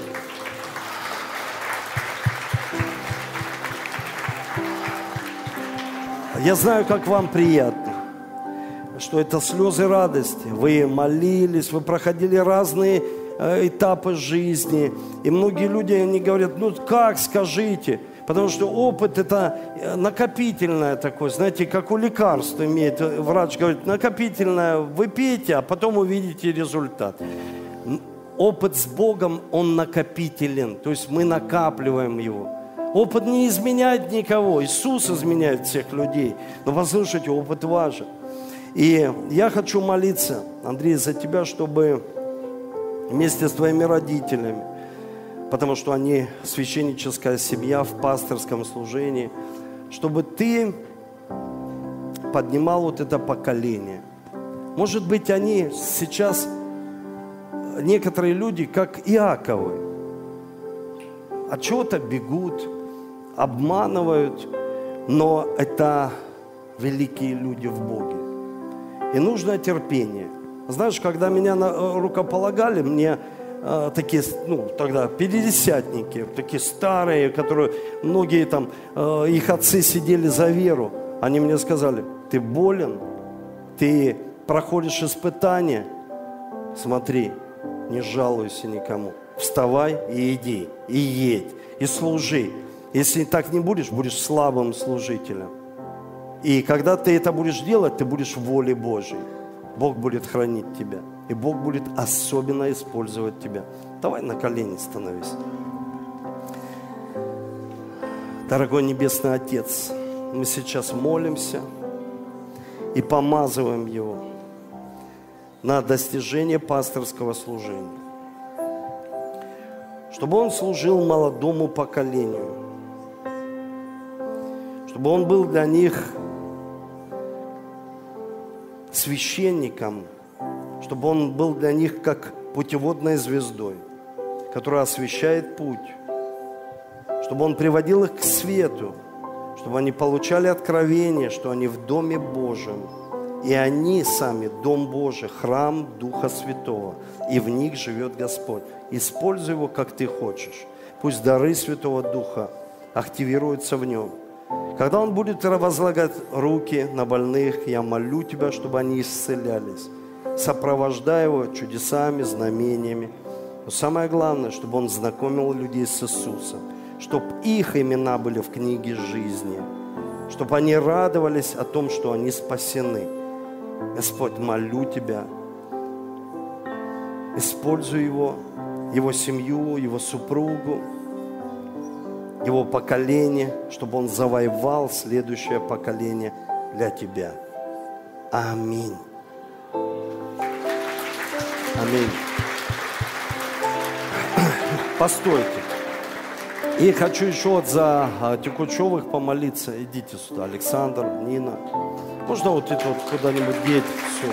Я знаю, как вам приятно, что это слезы радости. Вы молились, вы проходили разные этапы жизни. И многие люди, они говорят, ну как, скажите. Потому что опыт это накопительное такое, знаете, как у лекарства имеет. Врач говорит, накопительное, вы пейте, а потом увидите результат. Опыт с Богом, он накопителен, то есть мы накапливаем его. Опыт не изменяет никого. Иисус изменяет всех людей. Но послушайте, опыт важен. И я хочу молиться, Андрей, за тебя, чтобы вместе с твоими родителями, потому что они священническая семья в пасторском служении, чтобы ты поднимал вот это поколение. Может быть, они сейчас, некоторые люди, как Иаковы, от чего-то бегут, обманывают, но это великие люди в Боге. И нужно терпение. Знаешь, когда меня рукополагали, мне такие, тогда пятидесятники, такие старые, которые многие там, их отцы сидели за веру, они мне сказали, ты болен, ты проходишь испытания, смотри, не жалуйся никому. Вставай и иди, и едь, и служи. Если так не будешь, будешь слабым служителем. И когда ты это будешь делать, ты будешь в воле Божьей. Бог будет хранить тебя. И Бог будет особенно использовать тебя. Давай на колени становись. Дорогой Небесный Отец, мы сейчас молимся и помазываем Его на достижение пасторского служения. Чтобы он служил молодому поколению. Чтобы он был для них священником. Чтобы он был для них как путеводной звездой, которая освещает путь. Чтобы он приводил их к свету. Чтобы они получали откровение, что они в Доме Божьем. И они сами, Дом Божий, храм Духа Святого. И в них живет Господь. Используй его, как ты хочешь. Пусть дары Святого Духа активируются в нем. Когда он будет возлагать руки на больных, я молю тебя, чтобы они исцелялись. Сопровождай его чудесами, знамениями. Но самое главное, чтобы он знакомил людей с Иисусом. Чтобы их имена были в книге жизни. Чтобы они радовались о том, что они спасены. Господь, молю тебя, используй его семью, его супругу, его поколение, чтобы он завоевал следующее поколение для тебя. Аминь. Аминь. Постойте. И хочу еще за Текучевых помолиться. Идите сюда, Александр, Нина. Можно вот это вот куда-нибудь деть? Все.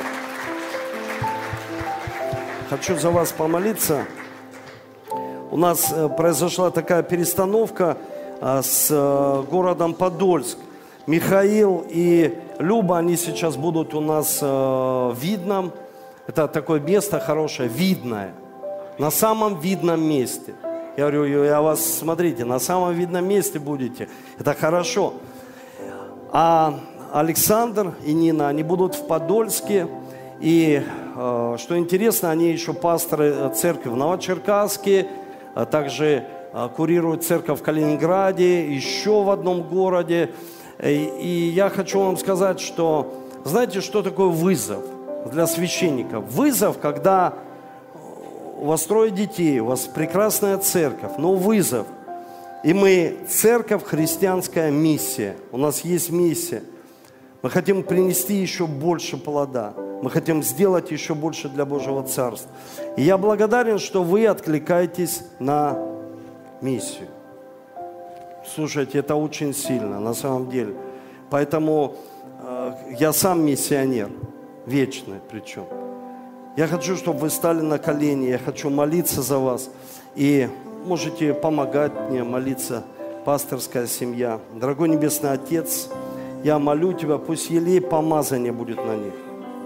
Хочу за вас помолиться. У нас произошла такая перестановка с городом Подольск. Михаил и Люба, они сейчас будут у нас в Видном. Это такое место хорошее, видное, на самом видном месте. Я говорю, я вас, смотрите, на самом видном месте будете, это хорошо. А Александр и Нина, они будут в Подольске, и, что интересно, они еще пасторы церкви в Новочеркасске, также курируют церковь в Калининграде, еще в одном городе. И я хочу вам сказать, что, знаете, что такое вызов для священников? Вызов, когда у вас 3 детей, у вас прекрасная церковь, но вызов. И мы, церковь, христианская миссия. У нас есть миссия. Мы хотим принести еще больше плода. Мы хотим сделать еще больше для Божьего Царства. И я благодарен, что вы откликаетесь на миссию. Слушайте, это очень сильно, на самом деле. Поэтому я сам миссионер, вечный причем. Я хочу, чтобы вы стали на колени, я хочу молиться за вас. И можете помогать мне молиться, пасторская семья. Дорогой Небесный Отец, я молю Тебя, пусть елей помазание будет на них.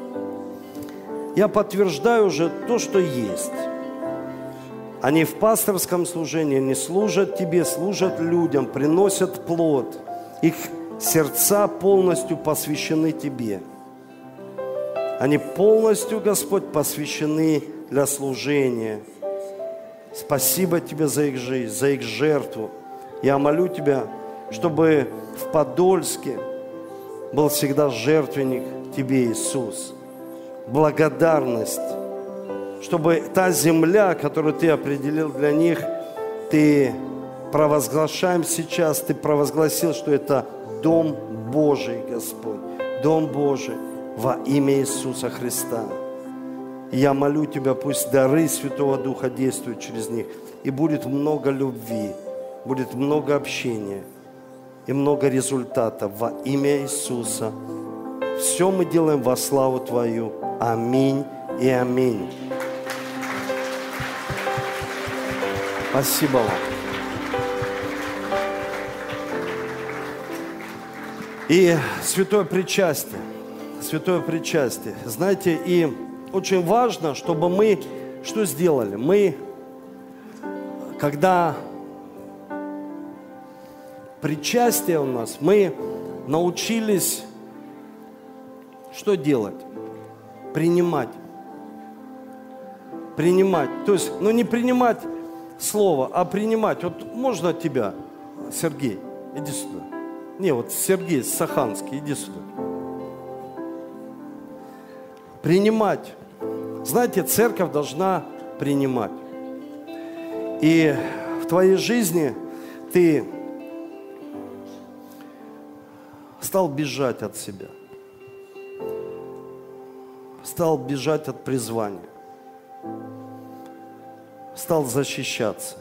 Я подтверждаю уже то, что есть. Они в пасторском служении, они служат Тебе, служат людям, приносят плод. Их сердца полностью посвящены Тебе. Они полностью, Господь, посвящены для служения. Спасибо Тебе за их жизнь, за их жертву. Я молю Тебя, чтобы в Подольске был всегда жертвенник Тебе, Иисус. Благодарность, чтобы та земля, которую Ты определил для них, Ты провозглашаем сейчас, Ты провозгласил, что это Дом Божий, Господь, Дом Божий во имя Иисуса Христа. И я молю Тебя, пусть дары Святого Духа действуют через них, и будет много любви, будет много общения и много результатов во имя Иисуса. Все мы делаем во славу Твою. Аминь и аминь. Спасибо вам. И святое причастие. Святое причастие. Знаете, и очень важно, чтобы мы что сделали? Мы, когда причастие у нас, мы научились что делать? Принимать. Принимать. То есть, не принимать слово, а принимать. Вот можно тебя, Сергей, иди сюда. Не, вот Сергей Саханский, иди сюда. Принимать. Знаете, церковь должна принимать. И в твоей жизни ты стал бежать от себя. Стал бежать от призвания. Стал защищаться.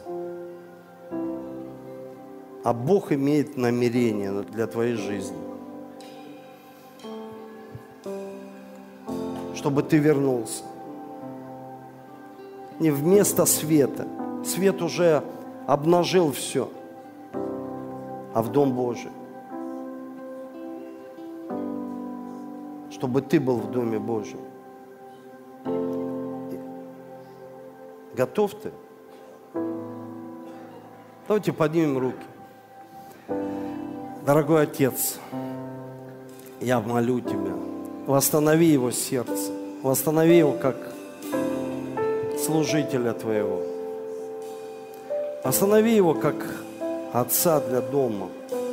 А Бог имеет намерение для твоей жизни. Чтобы ты вернулся. Не вместо света. Свет уже обнажил все. А в Дом Божий. Чтобы ты был в Доме Божьем. Готов ты? Давайте поднимем руки. Дорогой Отец, я молю Тебя, восстанови его сердце, восстанови его как служителя Твоего. Восстанови его как отца для дома.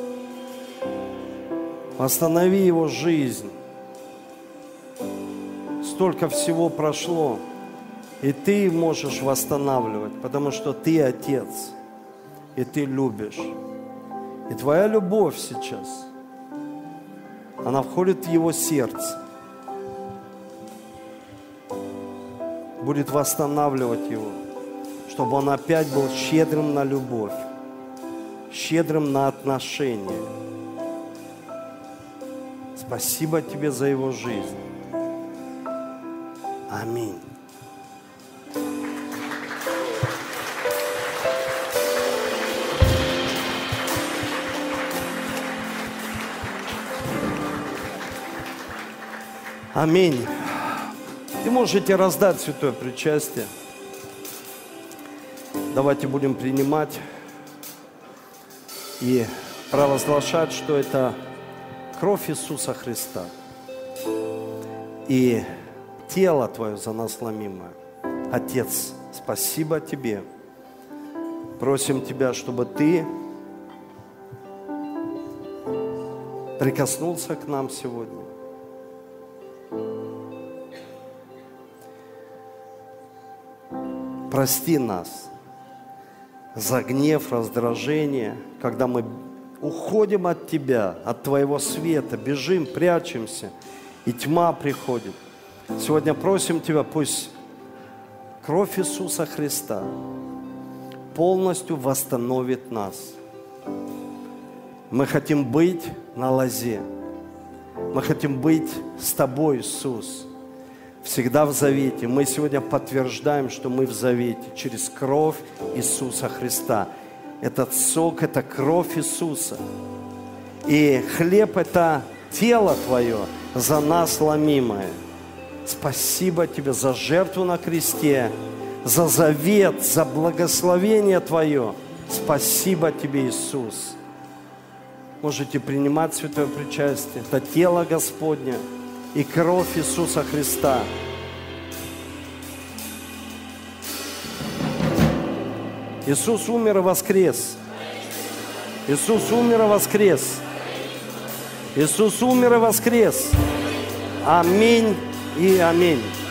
Восстанови его жизнь. Столько всего прошло, и Ты можешь восстанавливать, потому что Ты Отец, и Ты любишь. И Твоя любовь сейчас, она входит в его сердце, будет восстанавливать его, чтобы он опять был щедрым на любовь, щедрым на отношения. Спасибо Тебе за его жизнь. Аминь. Аминь. И можете раздать святое причастие. Давайте будем принимать и провозглашать, что это кровь Иисуса Христа и тело Твое за нас ломимое. Отец, спасибо Тебе. Просим Тебя, чтобы Ты прикоснулся к нам сегодня. Прости нас за гнев, раздражение, когда мы уходим от Тебя, от Твоего света, бежим, прячемся, и тьма приходит. Сегодня просим Тебя, пусть кровь Иисуса Христа полностью восстановит нас. Мы хотим быть на лозе. Мы хотим быть с Тобой, Иисус, всегда в завете. Мы сегодня подтверждаем, что мы в завете через кровь Иисуса Христа. Этот сок – это кровь Иисуса. И хлеб – это тело Твое за нас ломимое. Спасибо Тебе за жертву на кресте, за завет, за благословение Твое. Спасибо Тебе, Иисус. Можете принимать святое причастие. Это тело Господне и кровь Иисуса Христа. Иисус умер и воскрес. Иисус умер и воскрес. Иисус умер и воскрес. Аминь и аминь.